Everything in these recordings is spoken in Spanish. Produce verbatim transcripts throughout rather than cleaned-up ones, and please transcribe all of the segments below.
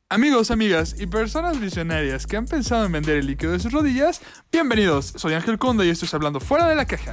Amigos, amigas y personas visionarias que han pensado en vender el líquido de sus rodillas, bienvenidos. Soy Ángel Conde y estoy hablando fuera de la caja.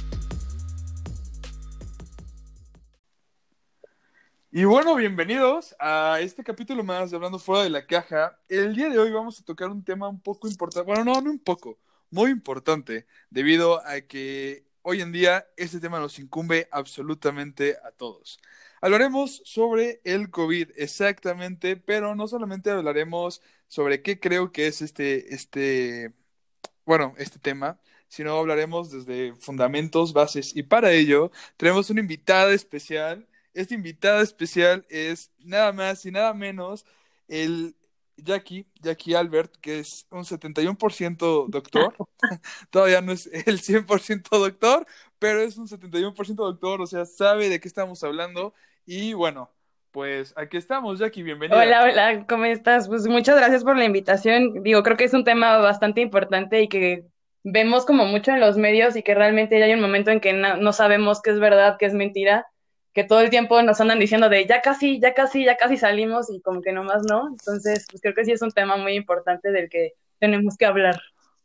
Y bueno, bienvenidos a este capítulo más de Hablando Fuera de la Caja. El día de hoy vamos a tocar un tema un poco importante, bueno, no, no un poco, muy importante, debido a que hoy en día este tema nos incumbe absolutamente a todos. Hablaremos sobre el COVID, exactamente, pero no solamente hablaremos sobre qué creo que es este, este, bueno, este tema, sino hablaremos desde fundamentos, bases, y para ello tenemos una invitada especial. Esta invitada especial es nada más y nada menos el Jackie, Jackie Albert, que es un setenta y uno por ciento doctor. Todavía no es el cien por ciento doctor, pero es un setenta y uno por ciento doctor, o sea, sabe de qué estamos hablando. Y bueno, pues aquí estamos, Jackie, bienvenida. Hola, hola, ¿cómo estás? Pues muchas gracias por la invitación. Digo, creo que es un tema bastante importante y que vemos como mucho en los medios y que realmente ya hay un momento en que no, no sabemos qué es verdad, qué es mentira, que todo el tiempo nos andan diciendo de ya casi, ya casi, ya casi salimos y como que nomás no. Entonces, pues creo que sí es un tema muy importante del que tenemos que hablar.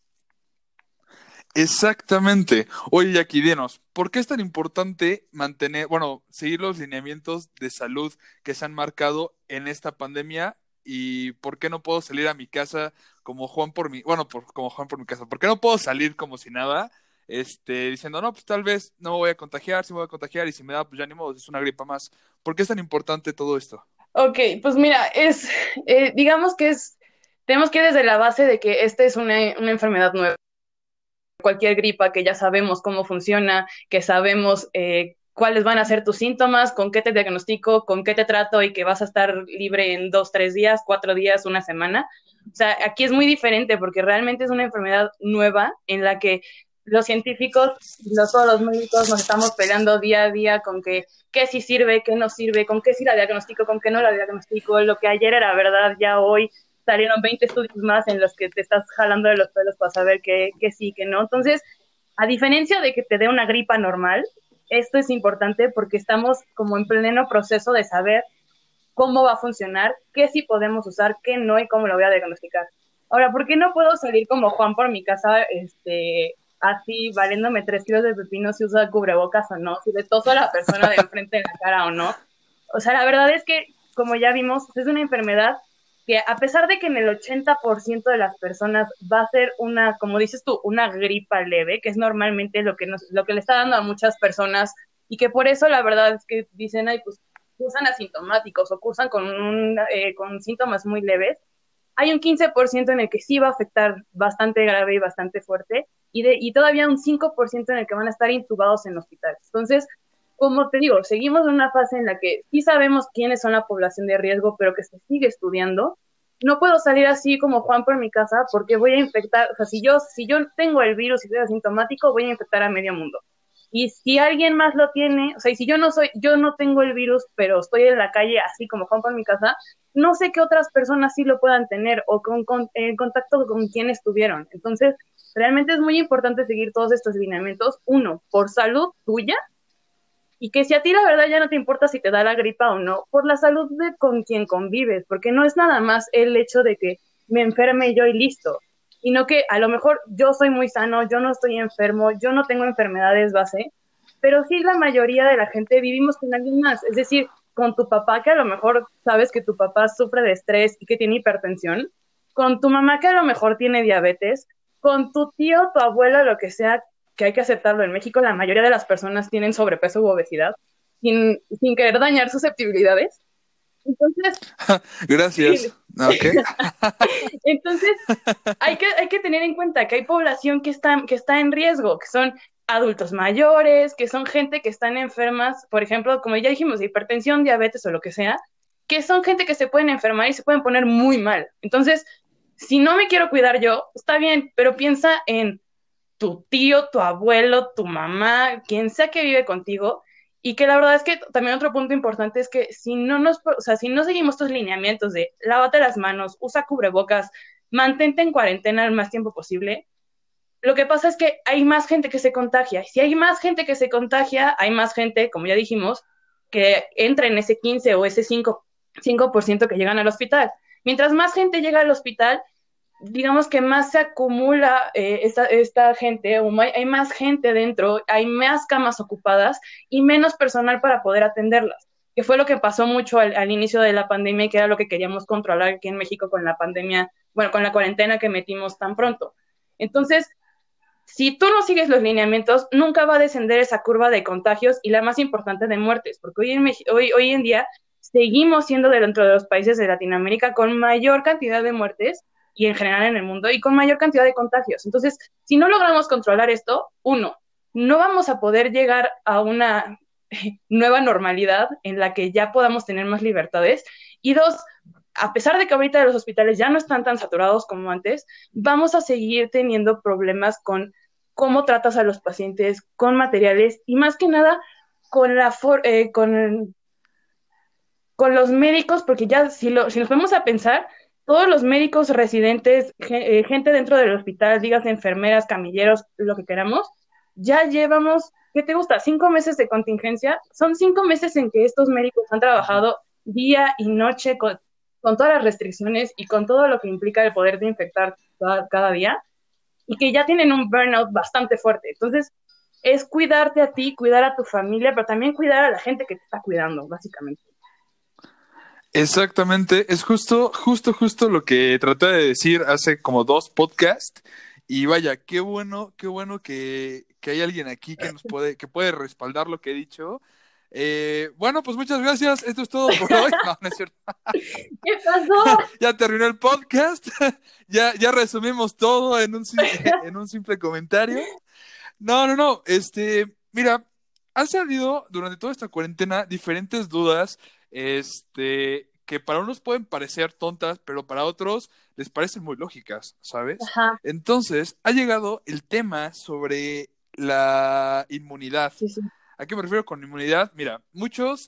Exactamente. Oye, Jackie, dinos, ¿por qué es tan importante mantener, bueno, seguir los lineamientos de salud que se han marcado en esta pandemia? ¿Y por qué no puedo salir a mi casa como Juan por mi, bueno, por, como Juan por mi casa? ¿Por qué no puedo salir como si nada? Este, diciendo, no, pues tal vez no me voy a contagiar, sí me voy a contagiar, y si me da, pues ya ni modo, es una gripa más. ¿Por qué es tan importante todo esto? Ok, pues mira, es, eh, digamos que es, tenemos que ir desde la base de que esta es una, una enfermedad nueva. Cualquier gripa, que ya sabemos cómo funciona, que sabemos eh, cuáles van a ser tus síntomas, con qué te diagnostico, con qué te trato y que vas a estar libre en dos, tres días, cuatro días, una semana. O sea, aquí es muy diferente porque realmente es una enfermedad nueva en la que los científicos, los, todos los médicos nos estamos peleando día a día con que qué sí sirve, qué no sirve, con qué sí la diagnostico, con qué no la diagnostico. Lo que ayer era verdad, ya hoy salieron veinte estudios más en los que te estás jalando de los pelos para saber que, que sí, que no. Entonces, a diferencia de que te dé una gripa normal, esto es importante porque estamos como en pleno proceso de saber cómo va a funcionar, qué sí podemos usar, qué no y cómo lo voy a diagnosticar. Ahora, ¿por qué no puedo salir como Juan por mi casa, este, así, valiéndome tres kilos de pepino si usa cubrebocas o no, si le toso a la persona de enfrente en la cara o no? O sea, la verdad es que, como ya vimos, es una enfermedad que a pesar de que en el ochenta por ciento de las personas va a ser una, como dices tú, una gripa leve, que es normalmente lo que, nos, lo que le está dando a muchas personas y que por eso la verdad es que dicen, ay, pues cursan asintomáticos o cursan con, un, eh, con síntomas muy leves, hay un quince por ciento en el que sí va a afectar bastante grave y bastante fuerte y, de, y todavía un cinco por ciento en el que van a estar intubados en hospitales. Entonces, como te digo, seguimos en una fase en la que sí sabemos quiénes son la población de riesgo, pero que se sigue estudiando. No puedo salir así como Juan por mi casa porque voy a infectar, o sea, si yo, si yo tengo el virus y soy asintomático, voy a infectar a medio mundo. Y si alguien más lo tiene, o sea, y si yo no soy, yo no tengo el virus, pero estoy en la calle así como Juan por mi casa, no sé qué otras personas sí lo puedan tener o con, con en contacto con quién estuvieron. Entonces, realmente es muy importante seguir todos estos lineamientos. Uno, por salud tuya, y que si a ti la verdad ya no te importa si te da la gripa o no, por la salud de con quien convives, porque no es nada más el hecho de que me enferme yo y listo, sino que a lo mejor yo soy muy sano, yo no estoy enfermo, yo no tengo enfermedades base, pero sí la mayoría de la gente vivimos con alguien más, es decir, con tu papá que a lo mejor sabes que tu papá sufre de estrés y que tiene hipertensión, con tu mamá que a lo mejor tiene diabetes, con tu tío, tu abuela, lo que sea, que hay que aceptarlo. En México la mayoría de las personas tienen sobrepeso u obesidad sin, sin querer dañar susceptibilidades. Entonces, Gracias. sí. Ok. Entonces hay que, hay que tener en cuenta que hay población que está, que está en riesgo, que son adultos mayores, que son gente que están enfermas, por ejemplo, como ya dijimos, de hipertensión, diabetes o lo que sea, que son gente que se pueden enfermar y se pueden poner muy mal. Entonces, si no me quiero cuidar yo, está bien, pero piensa en tu tío, tu abuelo, tu mamá, quien sea que vive contigo, y que la verdad es que también otro punto importante es que si no nos, o sea, si no seguimos estos lineamientos de lávate las manos, usa cubrebocas, mantente en cuarentena el más tiempo posible, lo que pasa es que hay más gente que se contagia. Y si hay más gente que se contagia, hay más gente, como ya dijimos, que entra en ese quince o ese cinco, cinco por ciento que llegan al hospital. Mientras más gente llega al hospital, digamos que más se acumula eh, esta, esta gente, o hay, hay más gente dentro, hay más camas ocupadas y menos personal para poder atenderlas, que fue lo que pasó mucho al, al inicio de la pandemia y que era lo que queríamos controlar aquí en México con la pandemia, bueno, con la cuarentena que metimos tan pronto. Entonces, si tú no sigues los lineamientos, nunca va a descender esa curva de contagios y la más importante de muertes, porque hoy en, hoy, hoy en día seguimos siendo dentro de los países de Latinoamérica con mayor cantidad de muertes y en general en el mundo y con mayor cantidad de contagios. Entonces, si no logramos controlar esto, uno, no vamos a poder llegar a una nueva normalidad en la que ya podamos tener más libertades y dos, a pesar de que ahorita los hospitales ya no están tan saturados como antes, vamos a seguir teniendo problemas con cómo tratas a los pacientes, con materiales y más que nada con la for eh, con, con los médicos, porque ya si, lo, si nos ponemos a pensar, todos los médicos residentes, eh, gente dentro del hospital, digas enfermeras, camilleros, lo que queramos, ya llevamos, ¿qué te gusta? Cinco meses de contingencia. Son cinco meses en que estos médicos han trabajado día y noche con con todas las restricciones y con todo lo que implica el poder de infectar cada, cada día, y que ya tienen un burnout bastante fuerte. Entonces, es cuidarte a ti, cuidar a tu familia, pero también cuidar a la gente que te está cuidando, básicamente. Exactamente, es justo, justo, justo lo que traté de decir hace como dos podcasts. Y vaya, qué bueno, qué bueno que, que hay alguien aquí que nos puede, que puede respaldar lo que he dicho. Eh, bueno, pues muchas gracias. Esto es todo por hoy. No, no es cierto. ¿Qué pasó? Ya terminó el podcast. ya, ya resumimos todo en un, en un simple comentario. No, no, no. Este, mira, han salido durante toda esta cuarentena diferentes dudas, este, que para unos pueden parecer tontas, pero para otros les parecen muy lógicas, ¿sabes? Ajá. Entonces, ha llegado el tema sobre la inmunidad. Sí, sí. ¿A qué me refiero con inmunidad? Mira, muchos,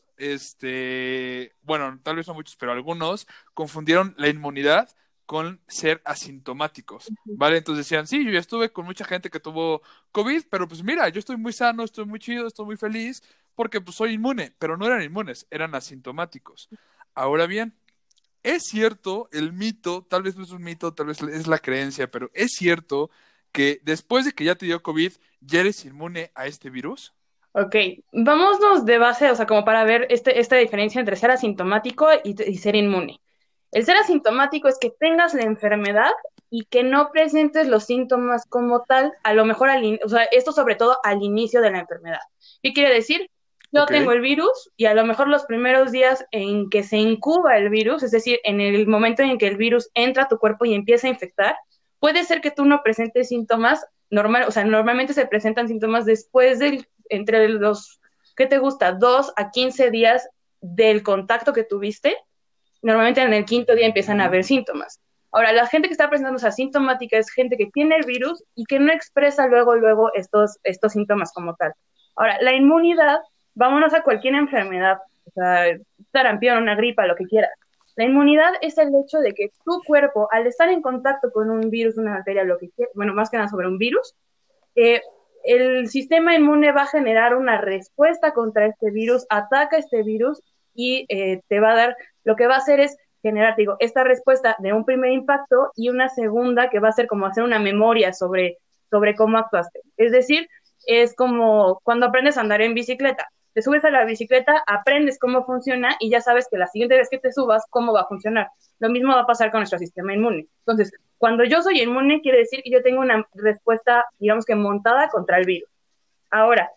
este, bueno, tal vez no muchos, pero algunos confundieron la inmunidad con ser asintomáticos, ¿vale? Entonces decían, sí, yo ya estuve con mucha gente que tuvo COVID, pero pues mira, yo estoy muy sano, estoy muy chido, estoy muy feliz, porque pues soy inmune, pero no eran inmunes, eran asintomáticos. Ahora bien, es cierto el mito, tal vez no es un mito, tal vez es la creencia, pero es cierto que después de que ya te dio COVID, ya eres inmune a este virus. Ok, vámonos de base, o sea, como para ver este, esta diferencia entre ser asintomático y, y ser inmune. El ser asintomático es que tengas la enfermedad y que no presentes los síntomas como tal, a lo mejor, al, o sea, esto sobre todo al inicio de la enfermedad. ¿Qué quiere decir? Yo Ok. tengo el virus y a lo mejor los primeros días en que se incuba el virus, es decir, en el momento en que el virus entra a tu cuerpo y empieza a infectar, puede ser que tú no presentes síntomas normal, o sea, normalmente se presentan síntomas después del, entre los, ¿qué te gusta? dos a quince días del contacto que tuviste. Normalmente en el quinto día empiezan a haber síntomas. Ahora, la gente que está presentándose asintomática es gente que tiene el virus y que no expresa luego, luego estos, estos síntomas como tal. Ahora, la inmunidad, vámonos a cualquier enfermedad, o sea, sarampión, una gripa, lo que quieras. La inmunidad es el hecho de que tu cuerpo, al estar en contacto con un virus, una bacteria, lo que quieras, bueno, más que nada sobre un virus, eh, el sistema inmune va a generar una respuesta contra este virus, ataca este virus y eh, te va a dar, lo que va a hacer es generar, digo, esta respuesta de un primer impacto y una segunda que va a ser como hacer una memoria sobre, sobre cómo actuaste. Es decir, es como cuando aprendes a andar en bicicleta. Te subes a la bicicleta, aprendes cómo funciona y ya sabes que la siguiente vez que te subas, cómo va a funcionar. Lo mismo va a pasar con nuestro sistema inmune. Entonces, cuando yo soy inmune, quiere decir que yo tengo una respuesta, digamos que montada contra el virus. Ahora,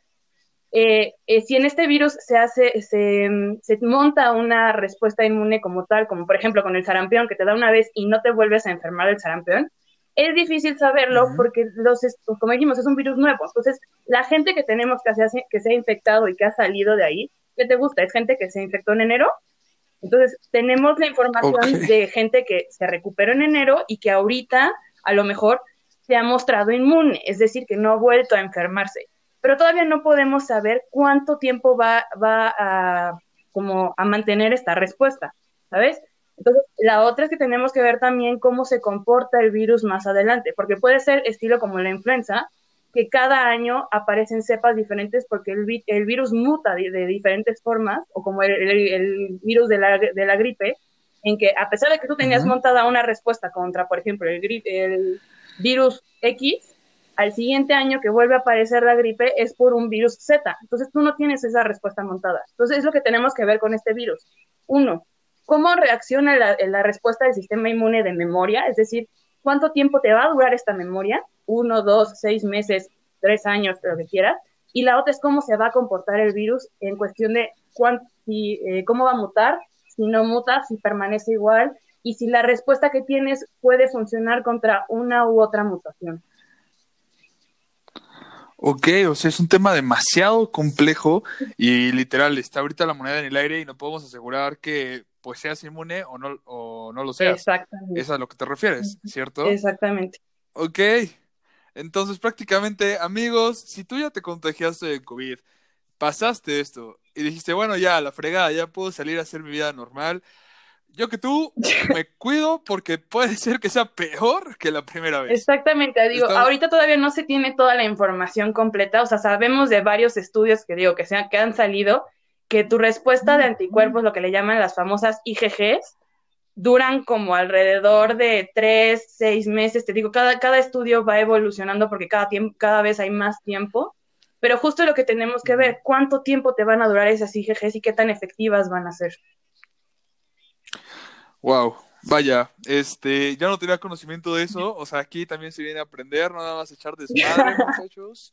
eh, eh, si en este virus se hace, se, se monta una respuesta inmune como tal, como por ejemplo con el sarampión, que te da una vez y no te vuelves a enfermar del sarampión, es difícil saberlo uh-huh. porque, los, como dijimos, es un virus nuevo. Entonces, la gente que tenemos que se, ha, que se ha infectado y que ha salido de ahí, ¿qué te gusta? Es gente que se infectó en enero. Entonces, tenemos la información okay. de gente que se recuperó en enero y que ahorita, a lo mejor, se ha mostrado inmune, es decir, que no ha vuelto a enfermarse. Pero todavía no podemos saber cuánto tiempo va, va a, como a mantener esta respuesta, ¿sabes? Entonces, la otra es que tenemos que ver también cómo se comporta el virus más adelante, porque puede ser estilo como la influenza, que cada año aparecen cepas diferentes porque el, vi- el virus muta de, de diferentes formas, o como el, el, el virus de la, de la gripe, en que a pesar de que tú tenías Ujú. montada una respuesta contra, por ejemplo, el, gri- el virus X, al siguiente año que vuelve a aparecer la gripe es por un virus Z. Entonces tú no tienes esa respuesta montada. Entonces es lo que tenemos que ver con este virus. Uno, ¿cómo reacciona la, la respuesta del sistema inmune de memoria? Es decir, ¿cuánto tiempo te va a durar esta memoria? Uno, dos, seis meses, tres años, lo que quieras. Y la otra es cómo se va a comportar el virus en cuestión de cuán, si, eh, cómo va a mutar, si no muta, si permanece igual, y si la respuesta que tienes puede funcionar contra una u otra mutación. Ok, o sea, es un tema demasiado complejo y literal, está ahorita la moneda en el aire y no podemos asegurar que pues seas inmune o no, o no lo seas. Es Exactamente. a lo que te refieres, ¿cierto? Exactamente. Ok, entonces prácticamente, amigos, si tú ya te contagiaste de COVID, pasaste esto y dijiste, bueno, ya, la fregada, ya puedo salir a hacer mi vida normal, yo que tú me cuido porque puede ser que sea peor que la primera vez. Exactamente, digo, Estamos... ahorita todavía no se tiene toda la información completa, o sea, sabemos de varios estudios que digo que, se han, que han salido que tu respuesta de anticuerpos, lo que le llaman las famosas I G Gs, duran como alrededor de tres, seis meses, te digo, cada, cada estudio va evolucionando porque cada, tiempo, cada vez hay más tiempo, pero justo lo que tenemos que ver, cuánto tiempo te van a durar esas I G Gs y qué tan efectivas van a ser. Wow, vaya, este, ya no tenía conocimiento de eso, o sea, aquí también se viene a aprender, no nada más a echar desmadre, muchachos.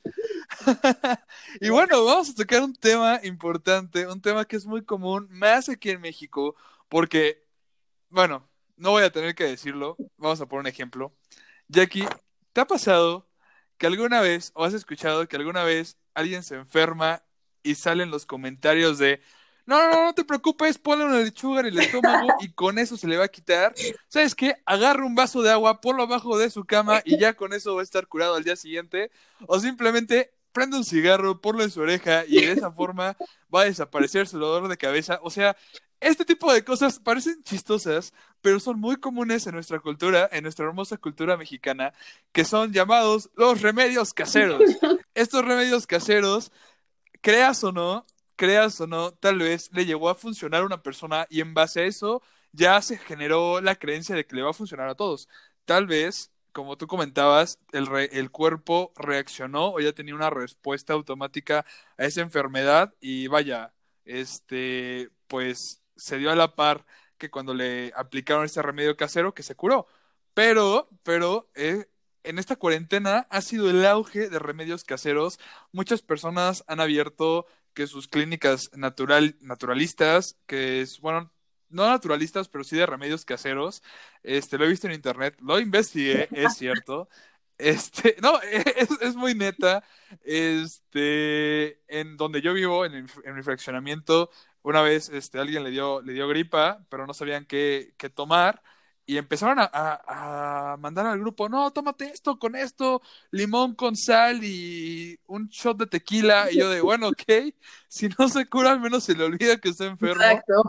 Y bueno, vamos a tocar un tema importante, un tema que es muy común, más aquí en México, porque, bueno, no voy a tener que decirlo, vamos a poner un ejemplo. Jackie, ¿te ha pasado que alguna vez, o has escuchado que alguna vez alguien se enferma y salen los comentarios de, no, no, no, no te preocupes, ponle una lechuga en el estómago y con eso se le va a quitar? ¿Sabes qué? Agarra un vaso de agua, ponlo abajo de su cama y ya con eso va a estar curado al día siguiente. O simplemente prende un cigarro, ponlo en su oreja y de esa forma va a desaparecer su dolor de cabeza. O sea, este tipo de cosas parecen chistosas, pero son muy comunes en nuestra cultura, en nuestra hermosa cultura mexicana, que son llamados los remedios caseros. Estos remedios caseros, creas o no, creas o no, tal vez le llegó a funcionar a una persona y en base a eso ya se generó la creencia de que le va a funcionar a todos. Tal vez, como tú comentabas, el, re- el cuerpo reaccionó o ya tenía una respuesta automática a esa enfermedad y vaya, este, pues se dio a la par que cuando le aplicaron este remedio casero que se curó. Pero, pero, eh, en esta cuarentena ha sido el auge de remedios caseros. Muchas personas han abierto que sus clínicas natural, naturalistas, que es, bueno, no naturalistas, pero sí de remedios caseros. Este, lo he visto en internet, lo investigué, es cierto. Este, no, es, es muy neta. Este, en donde yo vivo, en, el- en mi fraccionamiento, una vez este, alguien le dio, le dio gripa, pero no sabían qué, qué tomar. Y empezaron a, a, a mandar al grupo, no, tómate esto con esto, limón con sal y un shot de tequila. Y yo de, bueno, ok, si no se cura, al menos se le olvida que está enfermo. Exacto.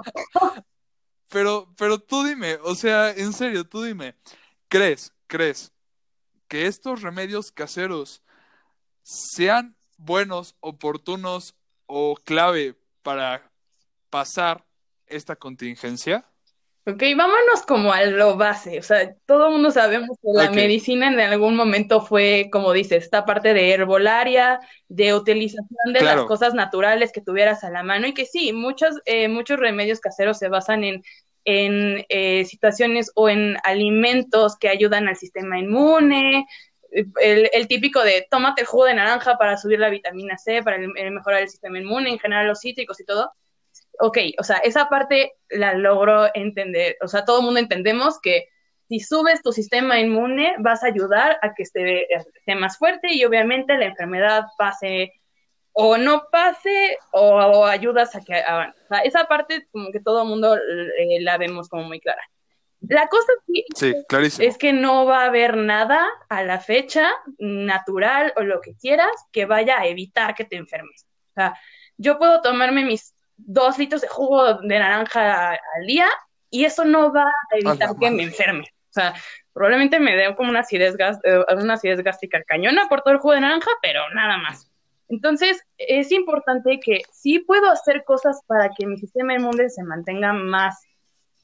Pero, pero tú dime, o sea, en serio, tú dime, ¿crees, crees que estos remedios caseros sean buenos, oportunos o clave para pasar esta contingencia? Ok, vámonos como a lo base. O sea, todo el mundo sabemos que la Ok, medicina en algún momento fue, como dices, esta parte de herbolaria, de utilización de las claro, cosas naturales que tuvieras a la mano y que sí, muchos, eh, muchos remedios caseros se basan en, en eh, situaciones o en alimentos que ayudan al sistema inmune. El, el típico de tómate el jugo de naranja para subir la vitamina C, para el, el mejorar el sistema inmune, en general los cítricos y todo. Ok, o sea, esa parte la logro entender. O sea, todo el mundo entendemos que si subes tu sistema inmune, vas a ayudar a que esté, esté más fuerte y obviamente la enfermedad pase o no pase o, o ayudas a que avance. O sea, esa parte como que todo el mundo eh, la vemos como muy clara. La cosa aquí sí, es clarísimo. que no va a haber nada a la fecha natural o lo que quieras que vaya a evitar que te enfermes. O sea, yo puedo tomarme mis dos litros de jugo de naranja al día y eso no va a A evitar la que me madre. enferme. O sea, probablemente me dé como una acidez, gas, eh, una acidez gástrica cañona por todo el jugo de naranja, pero nada más. Entonces, es importante que sí puedo hacer cosas para que mi sistema inmune se mantenga más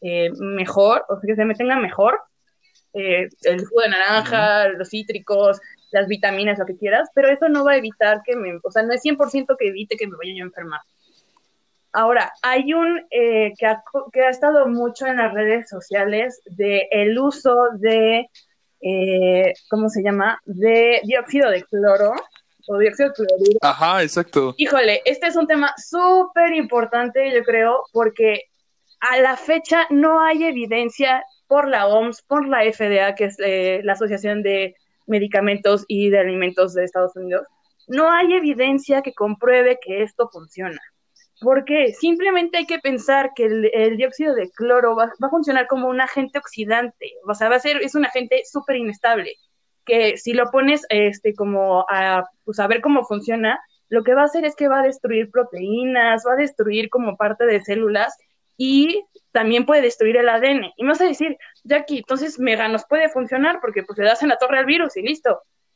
eh, mejor, o sea, que se me tenga mejor, eh, el jugo de Uh-huh. naranja, los cítricos, las vitaminas, lo que quieras, pero eso no va a evitar que me, o sea, no es cien por ciento que evite que me vaya yo a enfermar. Ahora, hay un eh, que, ha, que ha estado mucho en las redes sociales de el uso de, eh, ¿cómo se llama? De dióxido de cloro o dióxido de cloruro. Ajá, exacto. Híjole, este es un tema súper importante, yo creo, porque a la fecha no hay evidencia por la O M S, por la F D A, que es eh, la Asociación de Medicamentos y de Alimentos de Estados Unidos, no hay evidencia que compruebe que esto funciona. ¿Por qué? Simplemente hay que pensar que el, el dióxido de cloro va, va, a funcionar como un agente oxidante, o sea, va a ser, es un agente súper inestable, que si lo pones este, como a, pues a ver cómo funciona, lo que va a hacer es que va a destruir proteínas, va a destruir como parte de células y también puede destruir el A D N. Y me vas a decir, Jackie, entonces mega nos puede funcionar porque pues le das en la torre al virus y listo.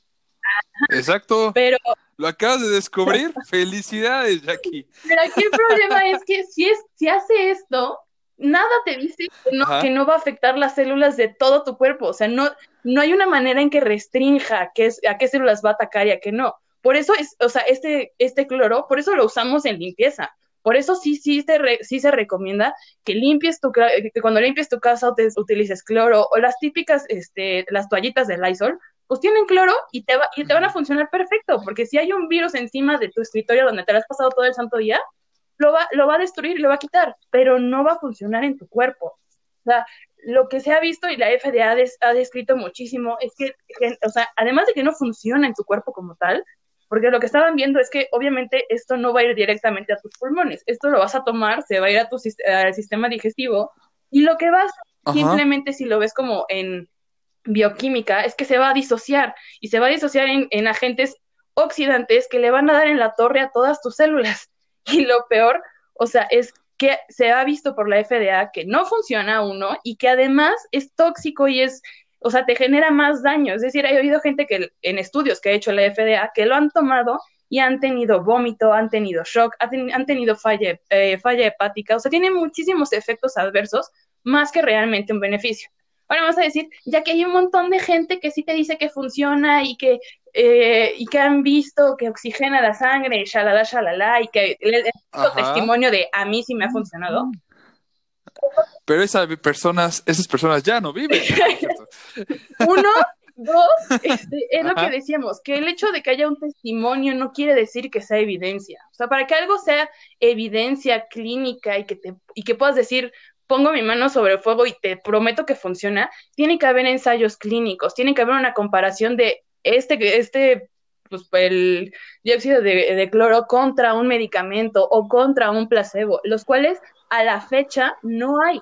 Exacto. Pero lo acabas de descubrir. Felicidades, Jackie. Pero aquí el problema es que si, es, si hace esto, nada te dice que no, que no va a afectar las células de todo tu cuerpo. O sea, no, no hay una manera en que restrinja qué es, a qué células va a atacar y a qué no. Por eso es, o sea, este, este cloro, por eso lo usamos en limpieza. Por eso sí, sí, te re, sí se recomienda que limpies tu, que cuando limpies tu casa utilices cloro o las típicas, este, las toallitas de Lysol, pues tienen cloro y te, va, y te van a funcionar perfecto, porque si hay un virus encima de tu escritorio donde te lo has pasado todo el santo día, lo va, lo va a destruir y lo va a quitar, pero no va a funcionar en tu cuerpo. O sea, lo que se ha visto y la F D A ha, des, ha descrito muchísimo es que, que, o sea, además de que no funciona en tu cuerpo como tal, porque lo que estaban viendo es que obviamente esto no va a ir directamente a tus pulmones, esto lo vas a tomar, se va a ir a tu al sistema digestivo y lo que vas, Ajá. simplemente si lo ves como en bioquímica, es que se va a disociar y se va a disociar en, en agentes oxidantes que le van a dar en la torre a todas tus células. Y lo peor, o sea, es que se ha visto por la F D A que no funciona uno y que además es tóxico y es, o sea, te genera más daño. Es decir, he oído gente que en estudios que ha hecho la F D A que lo han tomado y han tenido vómito, han tenido shock, han, ten, han tenido falla, eh, falla hepática, o sea, tiene muchísimos efectos adversos más que realmente un beneficio. Ahora vamos a decir, ya que hay un montón de gente que sí te dice que funciona y que, eh, y que han visto que oxigena la sangre, shalala, shalala, y que el, el testimonio de a mí sí me ha funcionado. Pero esas personas, esas personas ya no viven. Uno, dos, este, es Ajá. lo que decíamos, que el hecho de que haya un testimonio no quiere decir que sea evidencia. O sea, para que algo sea evidencia clínica y que, te, y que puedas decir, pongo mi mano sobre el fuego y te prometo que funciona, tiene que haber ensayos clínicos, tiene que haber una comparación de este, este pues, el dióxido de, de cloro contra un medicamento o contra un placebo, los cuales a la fecha no hay,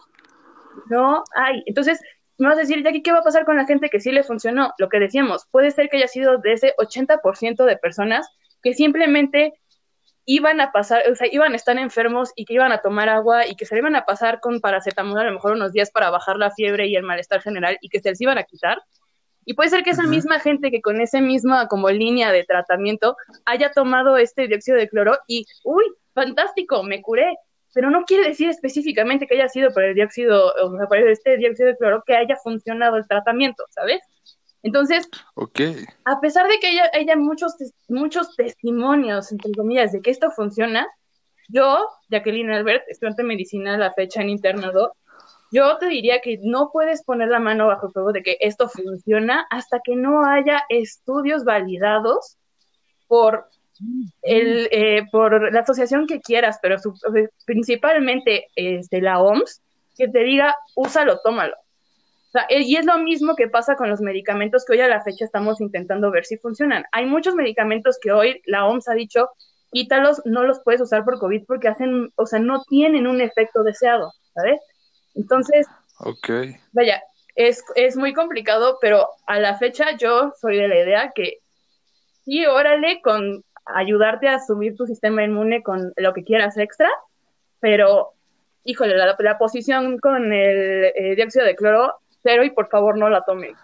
no hay. Entonces, me vas a decir, Jackie, ¿qué va a pasar con la gente que sí le funcionó? Lo que decíamos, puede ser que haya sido de ese ochenta por ciento de personas que simplemente iban a pasar, o sea, iban a estar enfermos y que iban a tomar agua y que se le iban a pasar con paracetamol a lo mejor unos días para bajar la fiebre y el malestar general y que se les iban a quitar. Y puede ser que esa uh-huh. misma gente que con esa misma como línea de tratamiento haya tomado este dióxido de cloro y, uy, fantástico, me curé. Pero no quiere decir específicamente que haya sido por el dióxido, o sea, por este dióxido de cloro que haya funcionado el tratamiento, ¿sabes? Entonces, okay. a pesar de que haya, haya muchos, muchos testimonios, entre comillas, de que esto funciona, yo, Jacqueline Albert, estudiante de medicina a la fecha en internado, yo te diría que no puedes poner la mano bajo el fuego de que esto funciona hasta que no haya estudios validados por, el, eh, por la asociación que quieras, pero su, principalmente este, la O M S, que te diga, úsalo, tómalo. O sea, y es lo mismo que pasa con los medicamentos que hoy a la fecha estamos intentando ver si funcionan. Hay muchos medicamentos que hoy la O M S ha dicho, quítalos, no los puedes usar por COVID porque hacen, o sea, no tienen un efecto deseado, ¿sabes? Entonces, okay. vaya, es, es muy complicado, pero a la fecha yo soy de la idea que sí, órale, con ayudarte a subir tu sistema inmune con lo que quieras extra, pero, híjole, la, la posición con el eh, dióxido de cloro, cero y por favor no la tomen.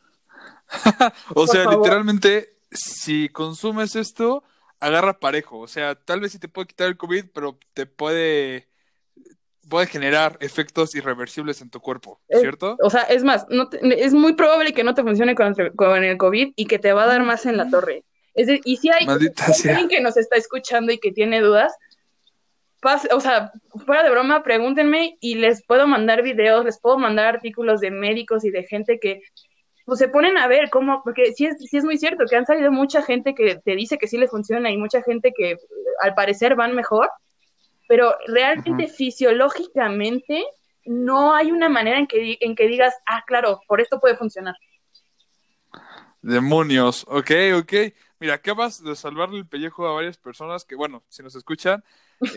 o por sea, favor. Literalmente, si consumes esto, agarra parejo. O sea, tal vez sí te puede quitar el COVID, pero te puede puede generar efectos irreversibles en tu cuerpo, Es- ¿cierto? o sea, es más, no te- es muy probable que no te funcione con, con el COVID y que te va a dar más en la torre. Es de- y si hay, o sea, Maldita si hay sea. alguien que nos está escuchando y que tiene dudas, pas- o sea, fuera de broma, pregúntenme y les puedo mandar videos, les puedo mandar artículos de médicos y de gente que pues, se ponen a ver cómo, porque sí es, sí es muy cierto que han salido mucha gente que te dice que sí les funciona y mucha gente que eh, al parecer van mejor, pero Ujú. realmente fisiológicamente no hay una manera en que, di- en que digas, ah, claro, por esto puede funcionar. Demonios, ok, ok. Mira, acabas de salvarle el pellejo a varias personas que, bueno, si nos escuchan,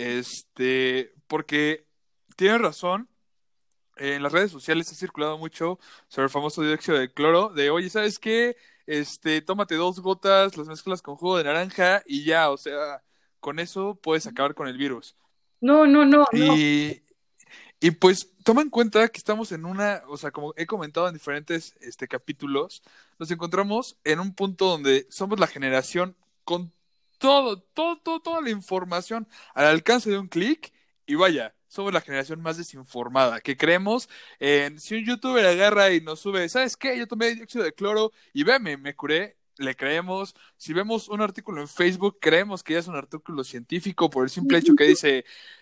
este, porque tienes razón, en las redes sociales ha circulado mucho sobre el famoso dióxido de cloro, de, oye, ¿sabes qué? Este, tómate dos gotas, las mezclas con jugo de naranja y ya, o sea, con eso puedes acabar con el virus. No, no, no, no. Y, y pues toma en cuenta que estamos en una, o sea, como he comentado en diferentes este, capítulos, nos encontramos en un punto donde somos la generación con todo, todo, todo, toda la información al alcance de un clic y vaya, somos la generación más desinformada, que creemos en si un youtuber agarra y nos sube, ¿sabes qué? Yo tomé dióxido de cloro y veme, me curé. Le creemos, si vemos un artículo en Facebook, creemos que ya es un artículo científico por el simple hecho que dice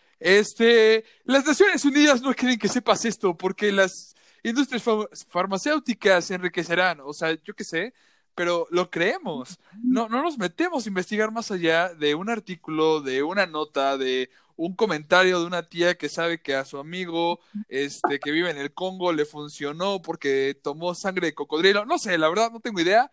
este, las Naciones Unidas no quieren que sepas esto porque las industrias fa- farmacéuticas se enriquecerán, o sea, yo qué sé, pero lo creemos. No, no nos metemos a investigar más allá de un artículo, de una nota, de un comentario de una tía que sabe que a su amigo, este, que vive en el Congo le funcionó porque tomó sangre de cocodrilo. No sé, la verdad no tengo idea,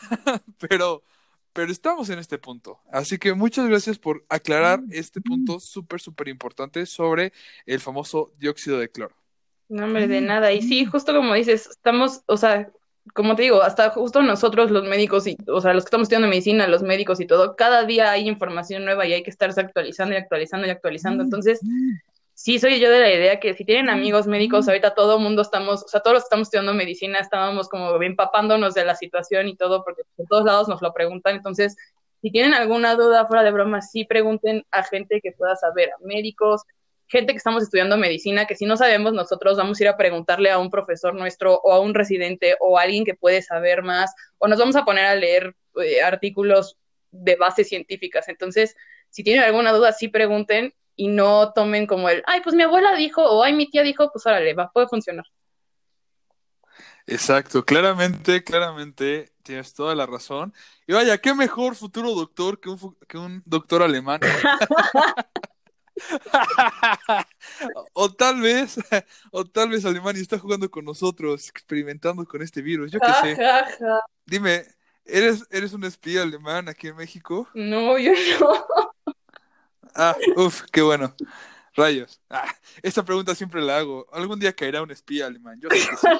pero, pero estamos en este punto. Así que muchas gracias por aclarar este punto súper, súper importante sobre el famoso dióxido de cloro. No, hombre, de nada. Y sí, justo como dices, estamos, o sea, como te digo, hasta justo nosotros los médicos y, o sea, los que estamos estudiando medicina, los médicos y todo, cada día hay información nueva y hay que estarse actualizando y actualizando y actualizando. Entonces, sí soy yo de la idea que si tienen amigos médicos, ahorita todo el mundo estamos, o sea, todos los que estamos estudiando medicina estábamos como empapándonos de la situación y todo, porque en todos lados nos lo preguntan. Entonces, si tienen alguna duda fuera de broma, sí pregunten a gente que pueda saber, a médicos, gente que estamos estudiando medicina, que si no sabemos nosotros vamos a ir a preguntarle a un profesor nuestro o a un residente o a alguien que puede saber más, o nos vamos a poner a leer eh, artículos de bases científicas. Entonces, si tienen alguna duda, sí pregunten y no tomen como el, ay, pues mi abuela dijo o ay, mi tía dijo, pues órale, va, puede funcionar. Exacto, claramente, claramente tienes toda la razón. Y vaya, qué mejor futuro doctor que un, fu- que un doctor alemán. O tal vez, o tal vez Alemania está jugando con nosotros, experimentando con este virus, yo qué Ja, sé. ja, ja. Dime, ¿eres, eres un espía alemán aquí en México? No, yo no. Ah, uff, qué bueno. Rayos. Ah, esta pregunta siempre la hago. ¿Algún día caerá un espía alemán? Yo sé que sí.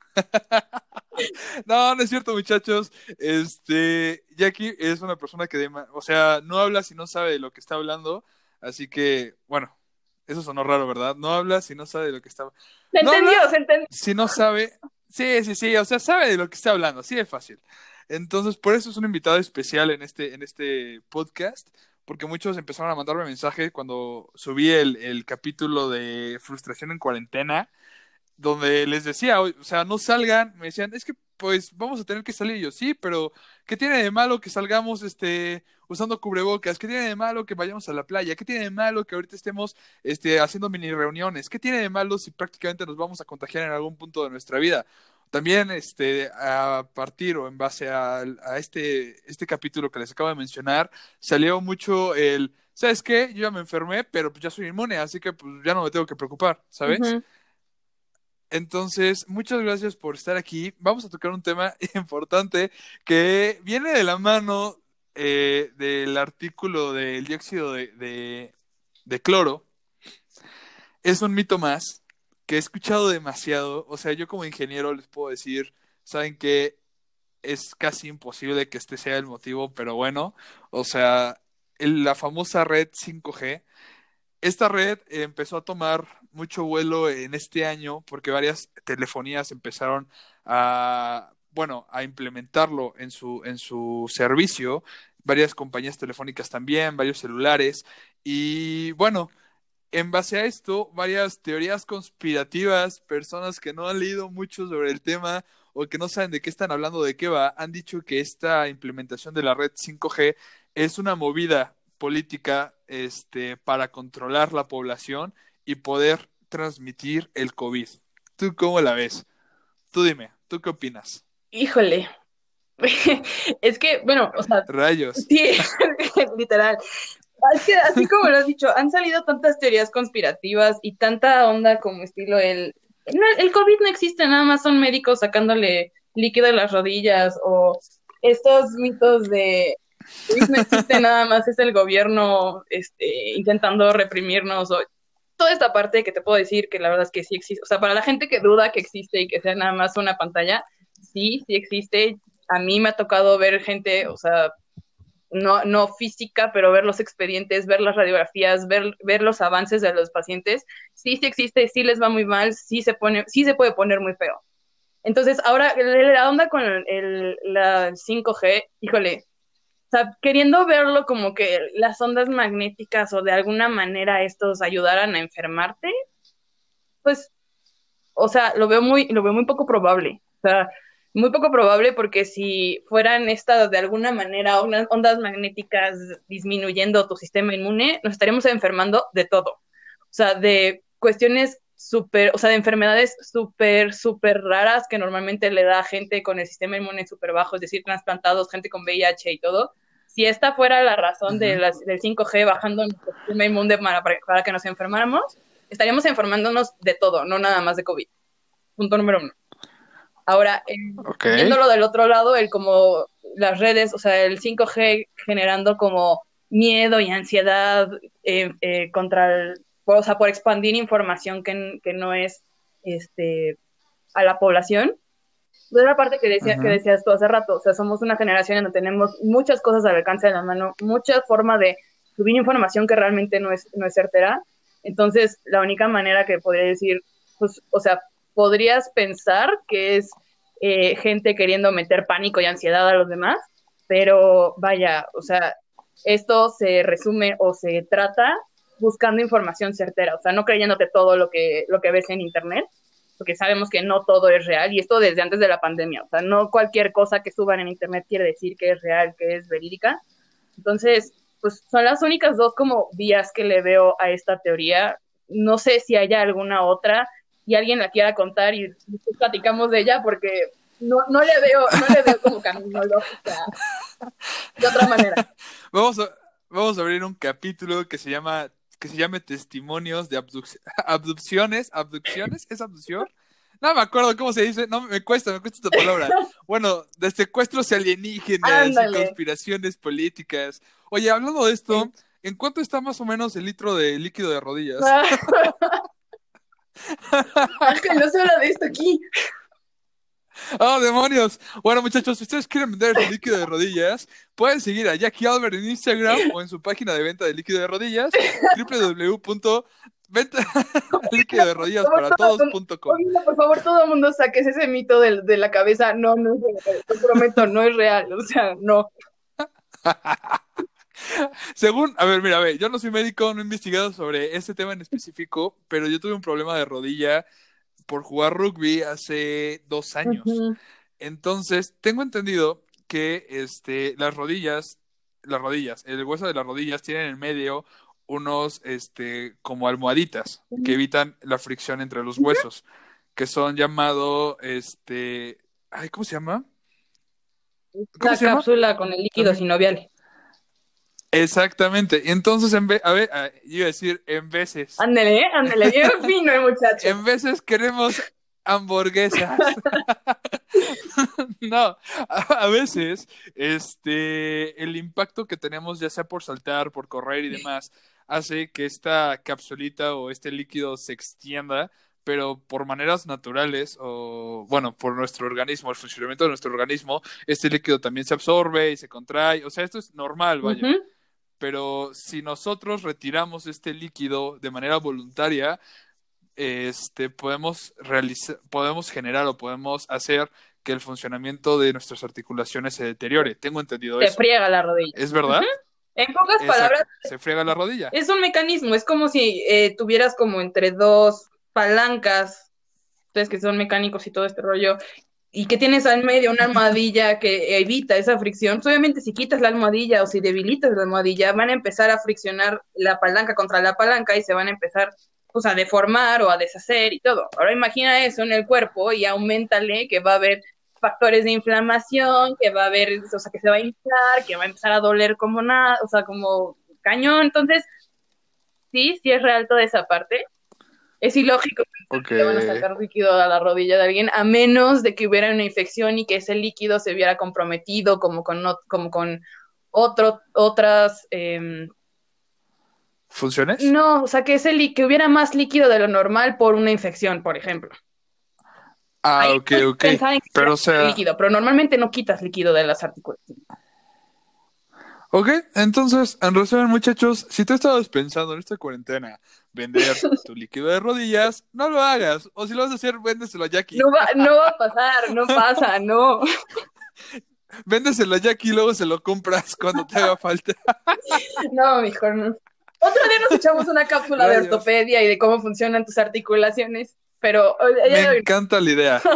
No, no es cierto, muchachos. Este, Jackie es una persona que, dema- o sea, no habla si no sabe de lo que está hablando. Así que, bueno, eso sonó raro, ¿verdad? No habla si no sabe de lo que está. Se No habla entendió, se entendió. si no sabe. Sí, sí, sí. O sea, sabe de lo que está hablando. Así de fácil. Entonces, por eso es un invitado especial en este, en este podcast. Porque muchos empezaron a mandarme mensajes cuando subí el, el capítulo de Frustración en Cuarentena donde les decía, o sea, no salgan, me decían, es que pues vamos a tener que salir. Y yo, sí, pero ¿qué tiene de malo que salgamos este usando cubrebocas? ¿Qué tiene de malo que vayamos a la playa? ¿Qué tiene de malo que ahorita estemos este haciendo mini reuniones? ¿Qué tiene de malo si prácticamente nos vamos a contagiar en algún punto de nuestra vida? También este a partir o en base a, a este este capítulo que les acabo de mencionar, salió mucho el ¿sabes qué? Yo ya me enfermé, pero pues ya soy inmune, así que pues ya no me tengo que preocupar, ¿sabes? Ujú. Entonces, muchas gracias por estar aquí. Vamos a tocar un tema importante que viene de la mano eh, del artículo del dióxido de, de, de cloro. Es un mito más que he escuchado demasiado. O sea, yo como ingeniero les puedo decir, saben que es casi imposible que este sea el motivo, pero bueno, o sea, el- la famosa red cinco G esta red eh, empezó a tomar mucho vuelo en este año porque varias telefonías empezaron a, bueno, a implementarlo en su, en su servicio, varias compañías telefónicas también, varios celulares, y bueno, en base a esto, varias teorías conspirativas, personas que no han leído mucho sobre el tema o que no saben de qué están hablando, de qué va, han dicho que esta implementación de la red cinco G es una movida política este, para controlar la población y poder transmitir el COVID. ¿Tú cómo la ves? Tú dime, ¿tú qué opinas? Híjole, es que, bueno, o sea, Rayos. sí, literal. Es que así como lo has dicho, han salido tantas teorías conspirativas y tanta onda como estilo el, no, el COVID no existe, nada más son médicos sacándole líquido de las rodillas o estos mitos de COVID no existe, nada más es el gobierno este, intentando reprimirnos o toda esta parte que te puedo decir que la verdad es que sí existe. O sea, para la gente que duda que existe y que sea nada más una pantalla, sí, sí existe. A mí me ha tocado ver gente, o sea, no, no física, pero ver los expedientes, ver las radiografías, ver, ver los avances de los pacientes, sí, sí existe, sí les va muy mal, sí se pone, sí se puede poner muy feo. Entonces, ahora, la onda con el, la cinco G, híjole, o sea, queriendo verlo como que las ondas magnéticas o de alguna manera estos ayudaran a enfermarte, pues, o sea, lo veo muy, lo veo muy poco probable. O sea, muy poco probable porque si fueran estas de alguna manera unas ondas magnéticas disminuyendo tu sistema inmune, nos estaríamos enfermando de todo. O sea, de cuestiones súper, o sea, de enfermedades súper, súper raras que normalmente le da a gente con el sistema inmune súper bajo, es decir, trasplantados, gente con V I H y todo. Si esta fuera la razón de Uh-huh. las, del cinco G bajando nuestro sistema inmune para, para que nos enfermáramos, estaríamos enfermándonos de todo, no nada más de COVID. Punto número uno. Ahora, eh, Okay. viéndolo del otro lado, el como las redes, o sea, el cinco G generando como miedo y ansiedad eh, eh, contra el, o sea, por expandir información que, que no es este, a la población. De la parte que, decía, uh-huh. que decías tú hace rato, o sea, somos una generación en donde tenemos muchas cosas al alcance de la mano, mucha forma de subir información que realmente no es, no es certera. Entonces, la única manera que podría decir, pues, o sea, podrías pensar que es eh, gente queriendo meter pánico y ansiedad a los demás, pero vaya, o sea, esto se resume o se trata buscando información certera, o sea, no creyéndote todo lo que, lo que ves en internet, porque sabemos que no todo es real, y esto desde antes de la pandemia, o sea, no cualquier cosa que suban en internet quiere decir que es real, que es verídica. Entonces, pues son las únicas dos como vías que le veo a esta teoría. No sé si haya alguna otra y alguien la quiera contar y platicamos de ella, porque no, no le veo, no le veo como camino lógica de otra manera. Vamos a, vamos a abrir un capítulo que se llama que se llame Testimonios de abduc- abducciones, abducciones, ¿es abducción? No me acuerdo cómo se dice, no, me cuesta, me cuesta esta palabra. Bueno, de secuestros alienígenas Ándale. y conspiraciones políticas. Oye, hablando de esto, sí. ¿En cuánto está más o menos el litro de líquido de rodillas? Ángel, no se habla de esto aquí. ¡Oh, demonios! Bueno, muchachos, si ustedes quieren vender el líquido de rodillas, pueden seguir a Jackie Albert en Instagram o en su página de venta de líquido de rodillas, doble u doble u doble u punto venta líquido de rodillas para todos punto com. Por favor, todo el mundo saques ese mito de, de la cabeza. No, no es real. Te prometo, no es real. O sea, no. Según, a ver, mira, a ver, yo no soy médico, no he investigado sobre este tema en específico, pero yo tuve un problema de rodilla por jugar rugby hace dos años. Uh-huh. Entonces, tengo entendido que este, las rodillas, las rodillas, el hueso de las rodillas tienen en medio unos, este, como almohaditas uh-huh. que evitan la fricción entre los huesos, uh-huh. que son llamado, este, ay, ¿cómo se llama? ¿Cómo la se cápsula llama? Con el líquido También. Sinovial. Exactamente. Entonces, en vez, a ver, iba a decir en veces. Ándale, ándale, bien fino el muchacho. En veces queremos hamburguesas. No, a, a veces, este, el impacto que tenemos, ya sea por saltar, por correr y demás, hace que esta capsulita o este líquido se extienda, pero por maneras naturales o, bueno, por nuestro organismo, el funcionamiento de nuestro organismo, este líquido también se absorbe y se contrae. O sea, esto es normal, vaya. Uh-huh. Pero si nosotros retiramos este líquido de manera voluntaria, este, podemos realizar, podemos generar o podemos hacer que el funcionamiento de nuestras articulaciones se deteriore. Tengo entendido Te eso. Te friega la rodilla. ¿Es verdad? Uh-huh. En pocas esa, palabras, se friega la rodilla. es un mecanismo, es como si eh, tuvieras como entre dos palancas, ustedes que son mecánicos y todo este rollo, y que tienes al medio una almohadilla que evita esa fricción. Pues, obviamente, si quitas la almohadilla o si debilitas la almohadilla, van a empezar a friccionar la palanca contra la palanca y se van a empezar pues, a deformar o a deshacer y todo. Ahora imagina eso en el cuerpo y aumentale que va a haber factores de inflamación, que va a haber, o sea, que se va a inflar, que va a empezar a doler como nada, o sea, como cañón. Entonces, sí, sí es real toda esa parte. Es ilógico Ok. que le van a sacar líquido a la rodilla de alguien, a menos de que hubiera una infección y que ese líquido se viera comprometido como con, como con otro, otras... Eh, ¿Funciones? no, o sea, que, ese que hubiera más líquido de lo normal por una infección, por ejemplo. Ahí Ah, ok, puedes ok. pensar en quitar Pero, o sea, líquido, pero normalmente no quitas líquido de las articulaciones. ok, entonces, en resumen, muchachos, si tú estabas pensando en esta cuarentena vender tu líquido de rodillas, no lo hagas. O si lo vas a hacer, véndeselo a Jackie. No va, no va a pasar, no pasa, no. Véndeselo a Jackie y luego se lo compras cuando te haga falta. No, mejor no. Otro día nos echamos una cápsula de Rayos. ortopedia y de cómo funcionan tus articulaciones, pero el Me día de hoy encanta la idea.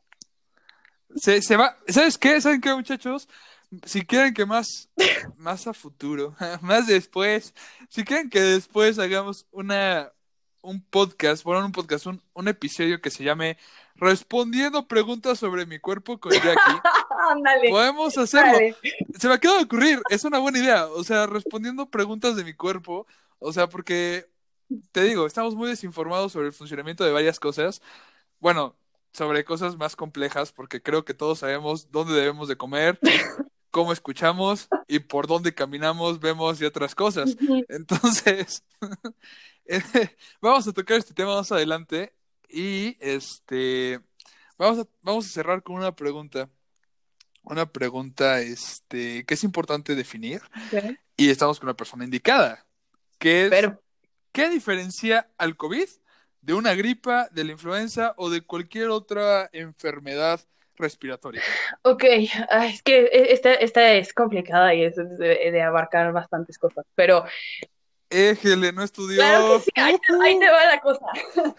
Se, se va. ¿Sabes qué? ¿Saben qué, muchachos? Si quieren que más, más a futuro, más después, si quieren que después hagamos una, un podcast, bueno, un podcast, un, un episodio que se llame Respondiendo preguntas sobre mi cuerpo con Jackie, no. Ándale, podemos hacerlo. vale. Se me acaba de ocurrir, es una buena idea. O sea, respondiendo preguntas de mi cuerpo, o sea, porque te digo, estamos muy desinformados sobre el funcionamiento de varias cosas. Bueno, sobre cosas más complejas, porque creo que todos sabemos dónde debemos de comer, cómo escuchamos y por dónde caminamos, vemos y otras cosas. Entonces, eh, vamos a tocar este tema más adelante y este vamos a, vamos a cerrar con una pregunta. Una pregunta este, que es importante definir Okay. y estamos con la persona indicada, que es Pero, ¿qué diferencia al COVID de una gripa, de la influenza o de cualquier otra enfermedad respiratoria? ok, ay, es que e- esta, esta es complicada y es de, de abarcar bastantes cosas, pero Éjele, no claro que estudió. sí, ahí te, ahí te Ujú. va la cosa.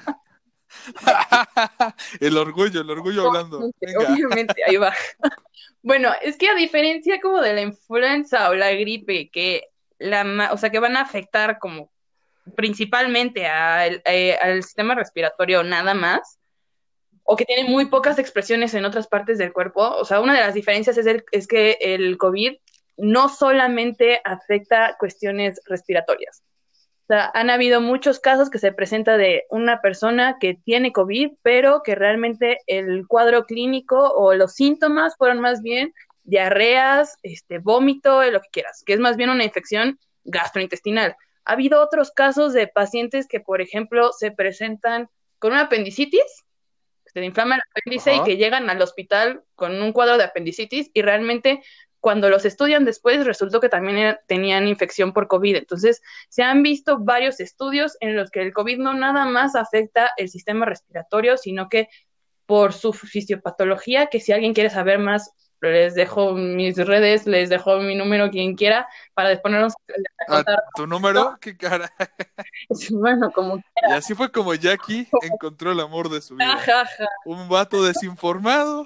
El orgullo, el orgullo hablando. Obviamente, Venga. obviamente, ahí va. Bueno, es que a diferencia como de la influenza o la gripe, que la, ma- o sea, que van a afectar como principalmente al, eh, al sistema respiratorio nada más, o que tiene muy pocas expresiones en otras partes del cuerpo. O sea, una de las diferencias es, el, es que el COVID no solamente afecta cuestiones respiratorias. O sea, han habido muchos casos que se presenta de una persona que tiene COVID, pero que realmente el cuadro clínico o los síntomas fueron más bien diarreas, este, vómito, lo que quieras, que es más bien una infección gastrointestinal. Ha habido otros casos de pacientes que, por ejemplo, se presentan con una apendicitis, se le inflama el apéndice y Ajá. que llegan al hospital con un cuadro de apendicitis y realmente cuando los estudian después resultó que también era, tenían infección por COVID. Entonces, se han visto varios estudios en los que el COVID no nada más afecta el sistema respiratorio, sino que por su fisiopatología, que si alguien quiere saber más, les dejo mis redes, les dejo mi número, quien quiera, para después ponernos a Ah, contar. ¿tu número? ¿Qué cara? Bueno, como Y así fue como Jackie encontró el amor de su vida. jajaja, Un vato desinformado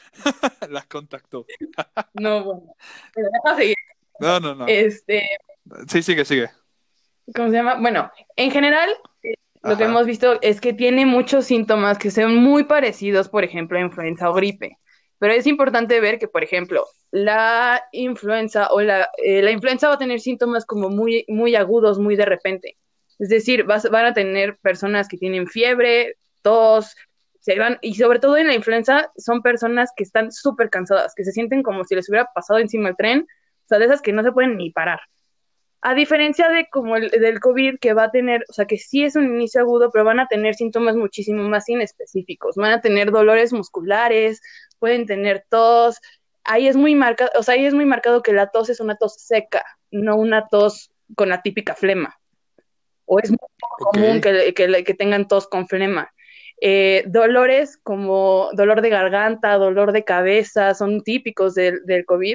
la contactó. no, bueno, pero deja seguir. No, no, no. Este, Sí, sigue, sigue. ¿cómo se llama? Bueno, en general, eh, lo que Ajá. hemos visto es que tiene muchos síntomas que son muy parecidos, por ejemplo, a influenza o gripe. Pero es importante ver que, por ejemplo, la influenza o la, eh, la influenza va a tener síntomas como muy, muy agudos, muy de repente. Es decir, vas, van a tener personas que tienen fiebre, tos, se van, y sobre todo en la influenza son personas que están súper cansadas, que se sienten como si les hubiera pasado encima el tren, o sea, de esas que no se pueden ni parar. A diferencia de como el del COVID, que va a tener, o sea, que sí es un inicio agudo, pero van a tener síntomas muchísimo más inespecíficos. Van a tener dolores musculares, pueden tener tos. Ahí es muy marcado, o sea, ahí es muy marcado que la tos es una tos seca, no una tos con la típica flema. O es muy Ok. común que, que, que tengan tos con flema. Eh, dolores como dolor de garganta, dolor de cabeza, son típicos del, del COVID.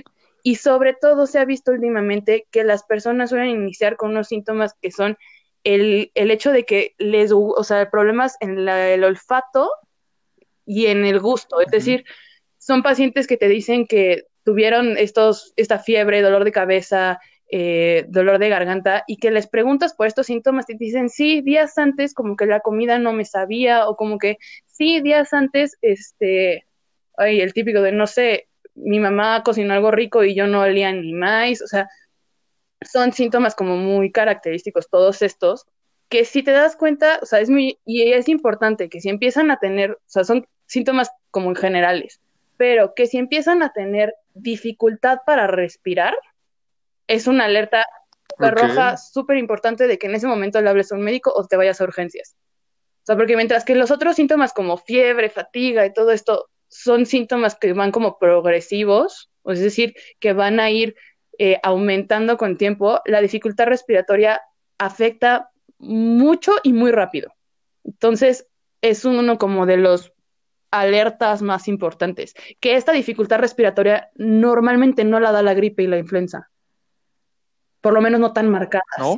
y sobre todo se ha visto últimamente que las personas suelen iniciar con unos síntomas que son el, el hecho de que les, o sea, problemas en la, el olfato y en el gusto, es Ujú. decir, son pacientes que te dicen que tuvieron estos, esta fiebre, dolor de cabeza, eh, dolor de garganta, y que les preguntas por estos síntomas y te dicen, sí, días antes como que la comida no me sabía, o como que, sí, días antes, este, ay, el típico de, no sé, mi mamá cocinó algo rico y yo no olía ni más, o sea, son síntomas como muy característicos todos estos, que si te das cuenta, o sea, es muy, y es importante que si empiezan a tener, o sea, son síntomas como en generales, pero que si empiezan a tener dificultad para respirar, es una alerta súper Ok. roja, súper importante de que en ese momento le hables a un médico o te vayas a urgencias. O sea, porque mientras que los otros síntomas como fiebre, fatiga y todo esto son síntomas que van como progresivos, es decir, que van a ir eh, aumentando con tiempo, la dificultad respiratoria afecta mucho y muy rápido. Entonces, es uno como de los alertas más importantes, que esta dificultad respiratoria normalmente no la da la gripe y la influenza, por lo menos no tan marcadas. ¿No?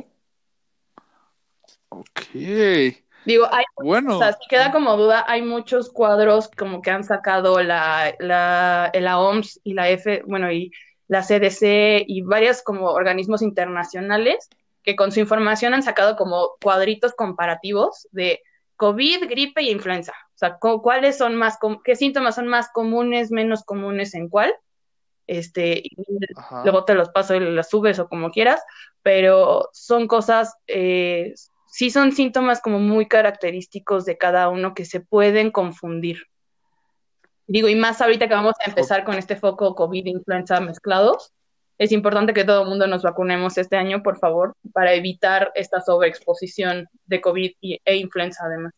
Ok. Digo, hay, o sea, Bueno, si queda como duda, hay muchos cuadros como que han sacado la, la, la O M S y la F, bueno, y la C D C y varios como organismos internacionales que con su información han sacado como cuadritos comparativos de COVID, gripe y influenza. O sea, cuáles son más, qué síntomas son más comunes, menos comunes en cuál. Este, y ajá. luego te los paso y las subes o como quieras, pero son cosas, eh, sí son síntomas como muy característicos de cada uno que se pueden confundir. Digo, y más ahorita que vamos a O- empezar con este foco COVID e influenza mezclados, es importante que todo el mundo nos vacunemos este año, por favor, para evitar esta sobreexposición de COVID y, e influenza además.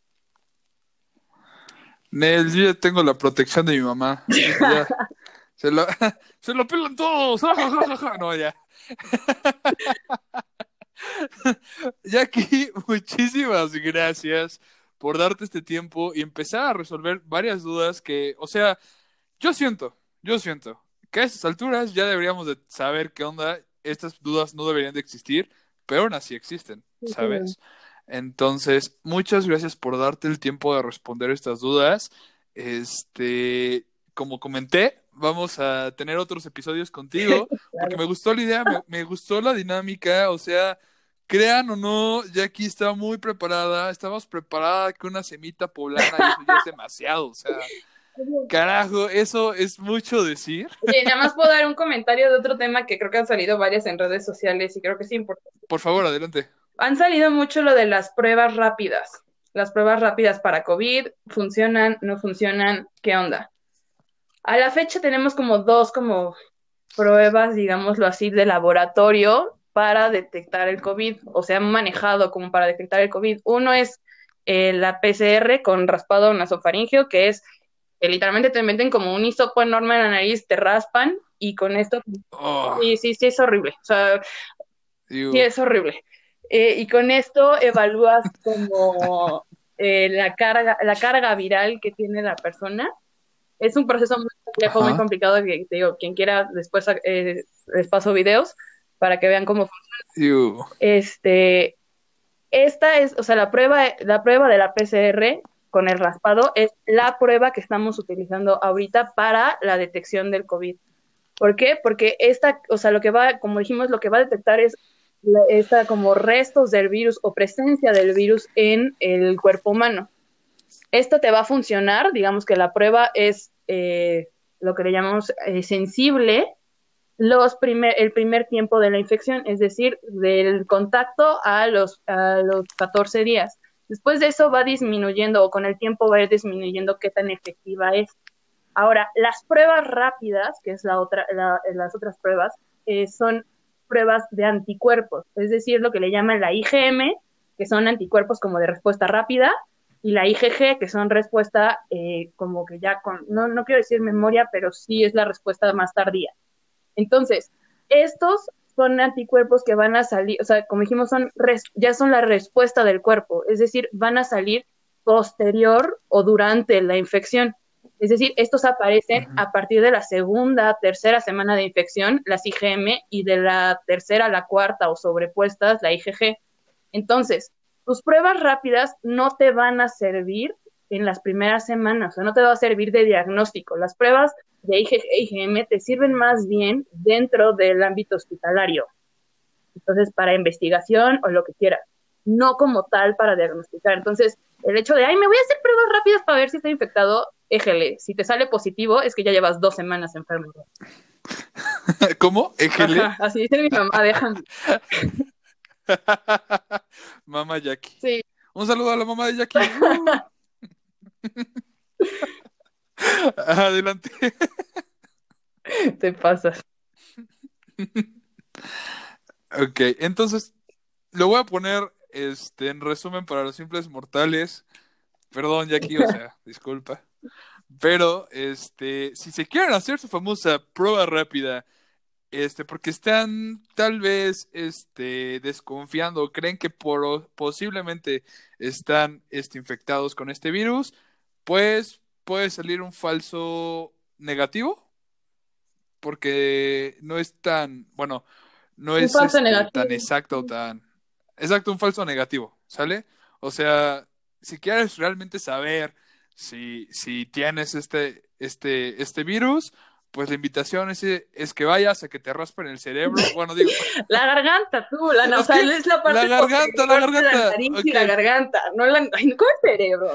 Nel, yo ya tengo la protección de mi mamá, así que ya se lo, se lo pelan todos. No, ya. Jackie, muchísimas gracias por darte este tiempo y empezar a resolver varias dudas que, o sea, yo siento, yo siento que a estas alturas ya deberíamos de saber qué onda. Estas dudas no deberían de existir, pero aún así existen, Sí, claro. ¿sabes? Entonces, muchas gracias por darte el tiempo de responder estas dudas. Este, como comenté, vamos a tener otros episodios contigo, porque me gustó la idea, me, me gustó la dinámica, o sea, crean o no, Jackie estaba muy preparada, estábamos preparada que una semita poblana y eso ya es demasiado, o sea. Carajo, eso es mucho decir. Oye, nada más puedo dar un comentario de otro tema que creo que han salido varias en redes sociales y creo que es importante. Por favor, adelante. Han salido mucho lo de las pruebas rápidas. Las pruebas rápidas para COVID, ¿funcionan? ¿No funcionan? ¿Qué onda? A la fecha tenemos como dos como pruebas, digámoslo así, de laboratorio para detectar el COVID, o se han manejado como para detectar el COVID. Uno es eh, la P C R con raspado nasofaringeo, que es que literalmente te meten como un hisopo enorme en la nariz, te raspan y con esto, Oh, sí, sí, sí, es horrible. O sea, sí, digo, es horrible. Eh, y con esto evalúas como eh, la carga, la carga viral que tiene la persona. Es un proceso muy complejo, muy ajá, complicado, que te digo, quien quiera después eh, les paso videos para que vean cómo funciona. digo, Este, esta es, o sea, la prueba, la prueba de la P C R con el raspado es la prueba que estamos utilizando ahorita para la detección del COVID. ¿Por qué? Porque esta, o sea, lo que va, como dijimos, lo que va a detectar es la, esta como restos del virus o presencia del virus en el cuerpo humano. Esto te va a funcionar, digamos que la prueba es eh, lo que le llamamos eh, sensible los primer, el primer tiempo de la infección, es decir, del contacto a los, a los catorce días. Después de eso va disminuyendo o con el tiempo va a ir disminuyendo qué tan efectiva es. Ahora, las pruebas rápidas, que es la otra, la, las otras pruebas, eh, son pruebas de anticuerpos, es decir, lo que le llaman la I G M, que son anticuerpos como de respuesta rápida, y la I G G, que son respuesta eh, como que ya con, no, no quiero decir memoria, pero sí es la respuesta más tardía. Entonces, estos son anticuerpos que van a salir, o sea, como dijimos, son res, ya son la respuesta del cuerpo, es decir, van a salir posterior o durante la infección. Es decir, estos aparecen Ujú. a partir de la segunda, tercera semana de infección, las I G M, y de la tercera a la cuarta o sobrepuestas, la I G G. Entonces, tus pruebas rápidas no te van a servir en las primeras semanas, o sea, no te va a servir de diagnóstico. Las pruebas de I G G e I G M te sirven más bien dentro del ámbito hospitalario. Entonces, para investigación o lo que quieras, no como tal para diagnosticar. Entonces, el hecho de, ay, me voy a hacer pruebas rápidas para ver si estoy infectado, éjele. Si te sale positivo, es que ya llevas dos semanas enfermo. ¿Cómo? ¿Ejele? Ajá, así dice mi mamá, déjame. Mamá Jackie. Sí. Un saludo a la mamá de Jackie. Uh. Adelante. Te pasas. Ok, entonces lo voy a poner este, en resumen para los simples mortales. Perdón, Jackie, o sea, disculpa. Pero, este, si se quieren hacer su famosa prueba rápida, este, porque están tal vez, este, desconfiando, creen que por, posiblemente están, este, infectados con este virus, pues puede salir un falso negativo, porque no es tan, bueno, no Un es, falso este, tan negativo. exacto o tan, exacto, un falso negativo, ¿sale? O sea, si quieres realmente saber si, si tienes este, este, este virus, pues la invitación es, es que vayas a que te raspen el cerebro. Bueno, digo, La garganta, tú, la, o es sea, que es la la parte garganta, la posterior de la garganta, nariz y ok. la garganta, no la, ay, no el cerebro.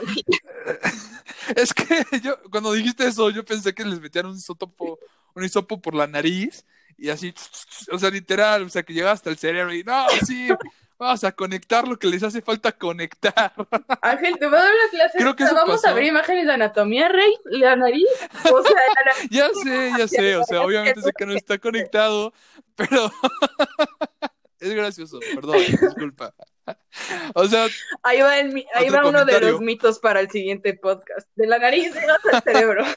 Es que yo, cuando dijiste eso, yo pensé que les metían un hisopo, un hisopo por la nariz y así, o sea, literal, o sea, que llega hasta el cerebro y no, sí, vamos a conectar lo que les hace falta conectar. Ángel, te voy a dar una clase, Creo que eso vamos a ver pasó. imágenes de anatomía, Rey, la nariz, o sea, la nariz Ya sé, ya hacia sé, o sea, la obviamente sé que no está conectado, pero es gracioso, perdón, disculpa. O sea, ahí va, el, ahí otro va uno de los comentario, mitos para el siguiente podcast. De la nariz llegas al cerebro.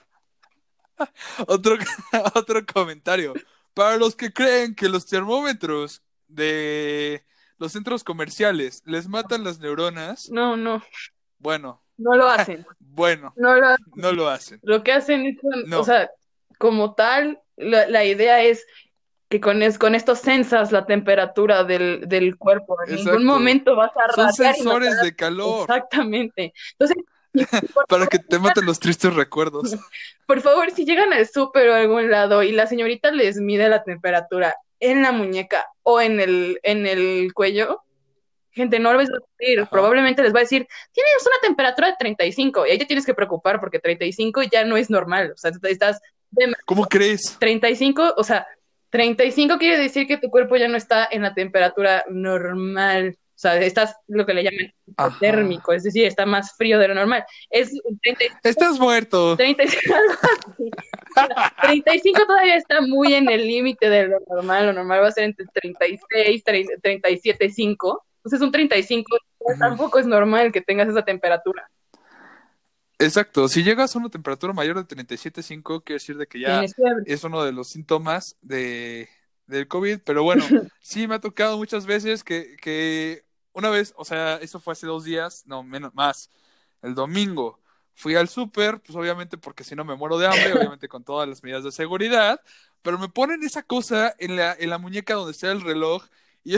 otro, otro comentario. Para los que creen que los termómetros de los centros comerciales les matan las neuronas, No, no, bueno, no lo hacen. bueno, No lo hacen. no lo hacen. Lo que hacen es, o No, sea, como tal, la, la idea es que con, es, con estos sensas la temperatura del, del cuerpo, en ningún exacto. momento vas a Son radiar y matar. sensores de calor Exactamente. Entonces, si, por, para que te maten los tristes recuerdos. por favor, si llegan al súper o a algún lado y la señorita les mide la temperatura en la muñeca o en el, en el cuello, gente, no lo vas a decir, Ajá. probablemente les va a decir, tienes una temperatura de treinta y cinco, y ahí te tienes que preocupar porque treinta y cinco ya no es normal, o sea, estás de ¿Cómo crees? treinta y cinco, o sea, treinta y cinco quiere decir que tu cuerpo ya no está en la temperatura normal, o sea, estás lo que le llaman Ajá. hipotérmico, es decir, está más frío de lo normal. Es treinta, Estás muerto. treinta, algo así. treinta y cinco todavía está muy en el límite de lo normal, lo normal va a ser entre treinta y seis, treinta y siete, cinco. Entonces un treinta y cinco tampoco es normal que tengas esa temperatura. Exacto, si llegas a una temperatura mayor de treinta y siete punto cinco, quiere decir de que ya Tienes fiebre. es uno de los síntomas de, del COVID, pero bueno, sí me ha tocado muchas veces que, que una vez, o sea, eso fue hace dos días, no, menos, más, el domingo, fui al súper, pues obviamente porque si no me muero de hambre, obviamente con todas las medidas de seguridad, pero me ponen esa cosa en la, en la muñeca donde está el reloj y,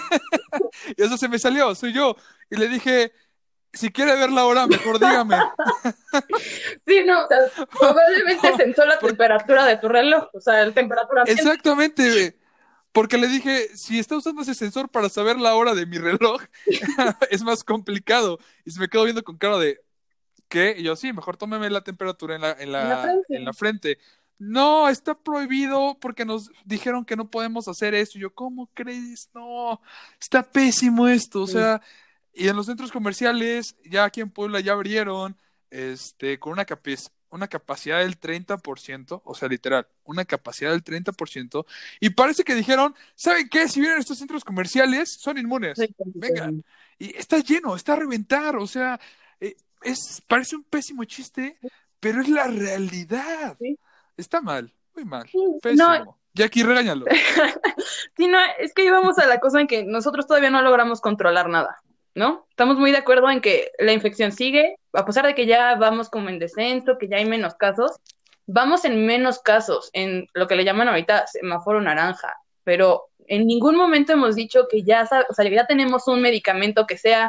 y eso se me salió, soy yo, y le dije... Si quiere ver la hora, mejor dígame. Sí, no, o sea, probablemente sensó la Por- temperatura de tu reloj, o sea, la temperatura ambiente. Exactamente, porque le dije, si está usando ese sensor para saber la hora de mi reloj, es más complicado. Y se me quedó viendo con cara de, ¿qué? Y yo, sí, mejor tómeme la temperatura en la, en En la la, frente. en la frente. No, está prohibido porque nos dijeron que no podemos hacer eso. Y yo, ¿cómo crees? No, está pésimo esto. O Sí. sea, y en los centros comerciales, ya aquí en Puebla ya abrieron, este, con una, capi- una capacidad del treinta por ciento, o sea, literal, una capacidad del treinta por ciento, y parece que dijeron, ¿saben qué? Si vienen estos centros comerciales, son inmunes, vengan, y está lleno, está a reventar, o sea, eh, es, parece un pésimo chiste, pero es la realidad, Sí. está mal, muy mal, No, pésimo, Jackie, regáñalo. sí, no, es que íbamos a la cosa en que nosotros todavía no logramos controlar nada. ¿no? Estamos muy de acuerdo en que la infección sigue, a pesar de que ya vamos como en descenso, que ya hay menos casos, vamos en menos casos, en lo que le llaman ahorita semáforo naranja, pero en ningún momento hemos dicho que ya, o sea, ya tenemos un medicamento que sea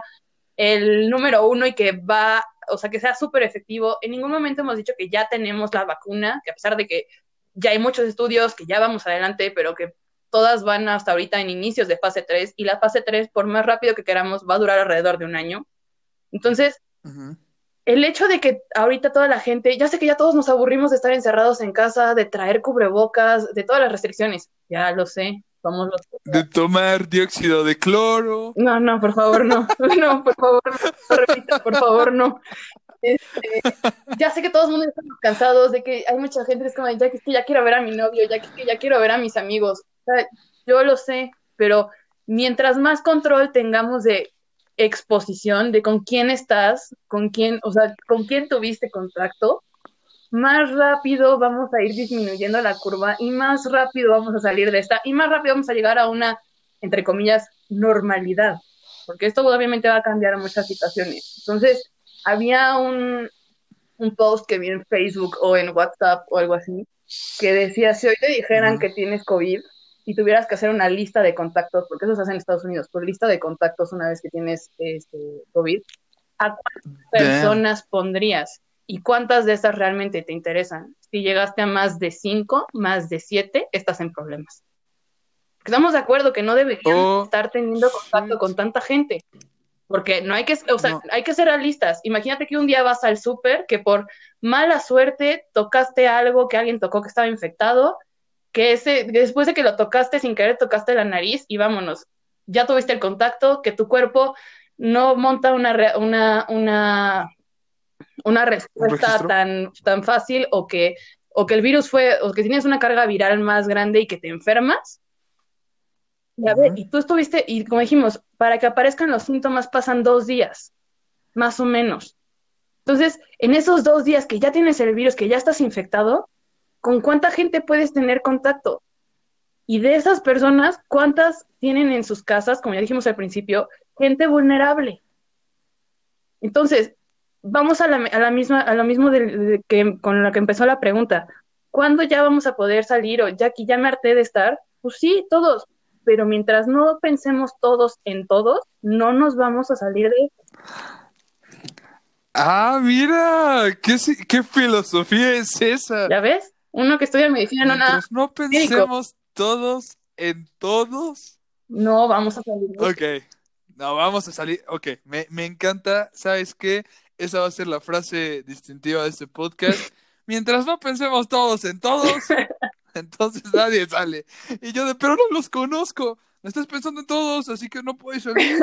el número uno y que va, o sea, que sea súper efectivo. En ningún momento hemos dicho que ya tenemos la vacuna, que a pesar de que ya hay muchos estudios, que ya vamos adelante, pero que todas van hasta ahorita en inicios de fase tres, y la fase tres, por más rápido que queramos, va a durar alrededor de un año. Entonces, uh-huh. el hecho de que ahorita toda la gente, ya sé que ya todos nos aburrimos de estar encerrados en casa, de traer cubrebocas, de todas las restricciones, ya lo sé, somos los... De tomar dióxido de cloro. No, no, por favor, no, no, por favor, no, repita, por favor, no. Este, ya sé que todos mundo estamos cansados de que hay mucha gente que es como, ya que, es que ya quiero ver a mi novio, ya que, que ya quiero ver a mis amigos. O sea, yo lo sé, pero mientras más control tengamos de exposición, de con quién estás, con quién, o sea, con quién tuviste contacto, más rápido vamos a ir disminuyendo la curva y más rápido vamos a salir de esta y más rápido vamos a llegar a una, entre comillas, normalidad, porque esto obviamente va a cambiar muchas situaciones. Entonces, había un, un post que vi en Facebook o en WhatsApp o algo así, que decía, si hoy te dijeran uh-huh. que tienes COVID y tuvieras que hacer una lista de contactos, porque eso se hace en Estados Unidos, por lista de contactos una vez que tienes este, COVID, ¿a cuántas personas Damn. pondrías? ¿Y cuántas de estas realmente te interesan? Si llegaste a más de cinco, más de siete, estás en problemas. Porque estamos de acuerdo que no deberíamos oh, estar teniendo contacto shit. con tanta gente. Porque no hay que, o sea, no. hay que ser realistas. Imagínate que un día vas al súper, que por mala suerte tocaste algo que alguien tocó que estaba infectado, que ese, después de que lo tocaste sin querer, tocaste la nariz y vámonos. Ya tuviste el contacto, que tu cuerpo no monta una, una, una, una respuesta tan, tan fácil, o que, o que el virus fue, o que tienes una carga viral más grande y que te enfermas. Y, a ver, uh-huh. y tú estuviste, y como dijimos, para que aparezcan los síntomas pasan dos días, más o menos. Entonces, en esos dos días que ya tienes el virus, que ya estás infectado, ¿con cuánta gente puedes tener contacto? Y de esas personas, ¿cuántas tienen en sus casas, como ya dijimos al principio, gente vulnerable? Entonces, vamos a la, a la misma, a lo mismo de, de que, con la que empezó la pregunta. ¿Cuándo ya vamos a poder salir? O ya que ya me harté de estar, pues sí, todos. Pero mientras no pensemos todos en todos, no nos vamos a salir de eso. Ah, mira, ¿qué, qué filosofía es esa? ¿Ya ves? Uno que estudia medicina, mientras no nada. no pensemos médico. Todos en todos. No vamos a salir de Ok, eso. No vamos a salir. Ok, me, me encanta, ¿sabes qué? Esa va a ser la frase distintiva de este podcast. Mientras no pensemos todos en todos, entonces nadie sale. Y yo de, pero no los conozco. Me estás pensando en todos, así que no puedes salir.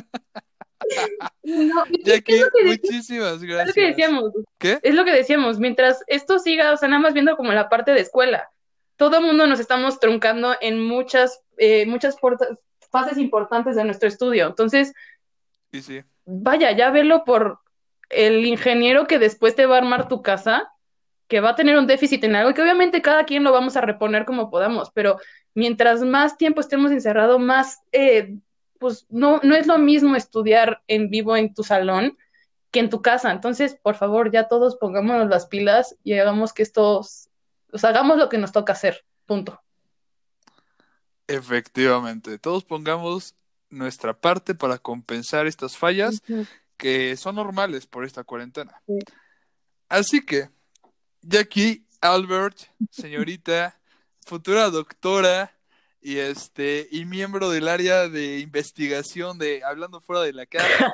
No, Jackie, es muchísimas gracias. Es lo que decíamos. ¿Qué? Es lo que decíamos. Mientras esto siga, o sea, nada más viendo como la parte de escuela. Todo el mundo nos estamos truncando en muchas, eh, muchas porta- fases importantes de nuestro estudio. Entonces, sí, sí. vaya, ya verlo por el ingeniero que después te va a armar tu casa, que va a tener un déficit en algo, y que obviamente cada quien lo vamos a reponer como podamos, pero mientras más tiempo estemos encerrados, más, eh, pues no, no es lo mismo estudiar en vivo en tu salón que en tu casa. Entonces, por favor, ya todos pongámonos las pilas y hagamos que esto, pues hagamos lo que nos toca hacer, punto. Efectivamente, todos pongamos nuestra parte para compensar estas fallas uh-huh. que son normales por esta cuarentena. Sí. Así que, Jackie, Albert, señorita, futura doctora y este y miembro del área de investigación de Hablando Fuera de la Caja.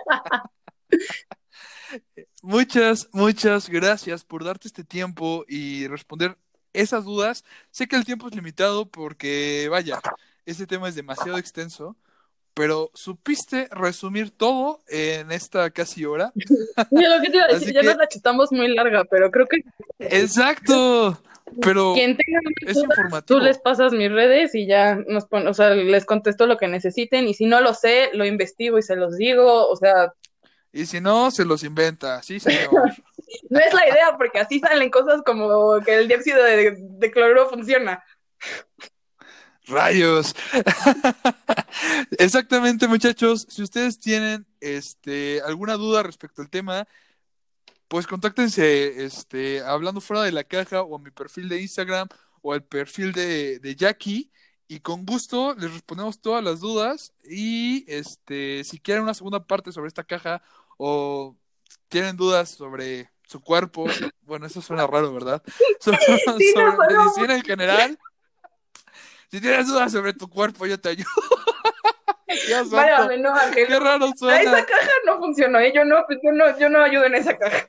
Muchas, muchas gracias por darte este tiempo y responder esas dudas. Sé que el tiempo es limitado porque, vaya, este tema es demasiado extenso, pero supiste resumir todo en esta casi hora. Sí, lo que te iba a decir, ya que... nos la chutamos muy larga, pero creo que... Exacto, pero quien tenga es dudas, informativo. Tú les pasas mis redes y ya nos pon... o sea, les contesto lo que necesiten, y si no lo sé, lo investigo y se los digo, o sea... Y si no, se los inventa, sí, señor. No es la idea, porque así salen cosas como que el dióxido de, de cloruro funciona. Rayos. Exactamente, muchachos. Si ustedes tienen este, alguna duda respecto al tema, pues contáctense este, hablando fuera de la caja o a mi perfil de Instagram o al perfil de, de Jackie y con gusto les respondemos todas las dudas y este, si quieren una segunda parte sobre esta caja o tienen dudas sobre su cuerpo, bueno, eso suena raro, ¿verdad? Sobre, Sí, no, sobre no. medicina en general, si tienes dudas sobre tu cuerpo, yo te ayudo. Dios santo, Válgame, no, Ángel. qué raro A esa suena. caja no funcionó, ¿eh? Yo no, yo no, yo no ayudo en esa caja.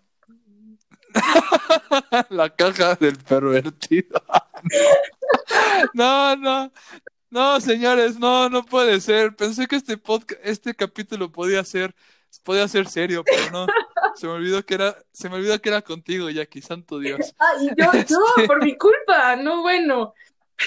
La caja del pervertido. No, no, no, señores, no, no puede ser. Pensé que este podcast, este capítulo podía ser, podía ser serio, pero no. Se me olvidó que era, se me olvidó que era contigo, Jackie, santo Dios. Ah, y yo, yo, Este, por mi culpa, no, bueno.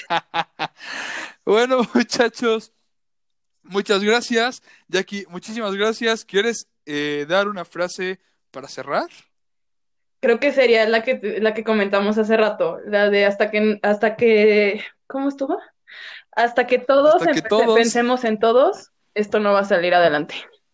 bueno, muchachos, muchas gracias. Jackie, muchísimas gracias. ¿Quieres eh, dar una frase para cerrar? Creo que sería la que, la que comentamos hace rato, la de hasta que, hasta que, ¿cómo estuvo? Hasta que todos Hasta que empe- todos. pensemos en todos, esto no va a salir adelante.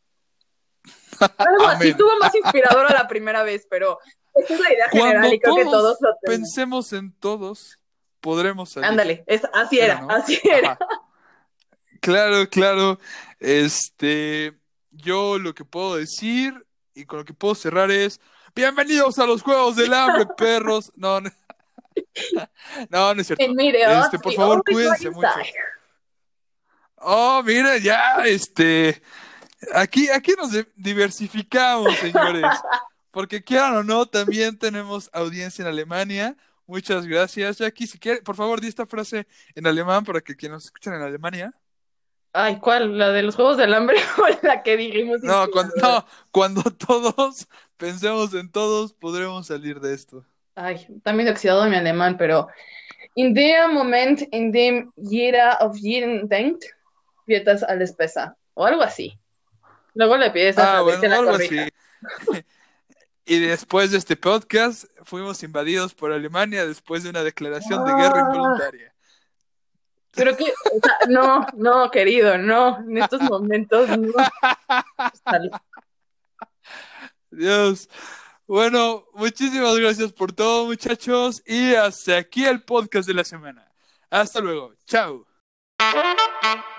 Algo así, Amén. estuvo más inspiradora la primera vez, pero esa es la idea general Cuando y creo que todos todos lo tenemos. pensemos en todos, podremos salir. Ándale, es, así Era, era, ¿no? así era. Ajá. Claro, claro. Este, yo lo que puedo decir y con lo que puedo cerrar es, bienvenidos a los Juegos del Hambre, perros. No, no, no, no es And cierto. me the odds, Este, por we favor, always go cuídense mucho. inside. Oh, mira, ya, este, aquí, aquí nos de- diversificamos, señores. Porque quieran o no, también tenemos audiencia en Alemania. Muchas gracias, Jackie. Si quiere, por favor, di esta frase en alemán para que quienes nos escuchan en Alemania. Ay, ¿cuál? ¿La de los Juegos del Hambre o la que dijimos No, cuando, inspiradora? no, cuando todos pensemos en todos, podremos salir de esto. Ay, también he oxidado mi alemán, pero in dem Moment, in dem jeder auf jeden denkt, wird das alles besser. O algo así. Luego le pides a Ah, Javier que bueno, la algo corrija. así. Y después de este podcast, fuimos invadidos por Alemania después de una declaración de guerra Ah, involuntaria. creo que, o sea, no, no, querido, no, en estos momentos no. Dios. Bueno, muchísimas gracias por todo, muchachos. Y hasta aquí el podcast de la semana. Hasta luego. Chao.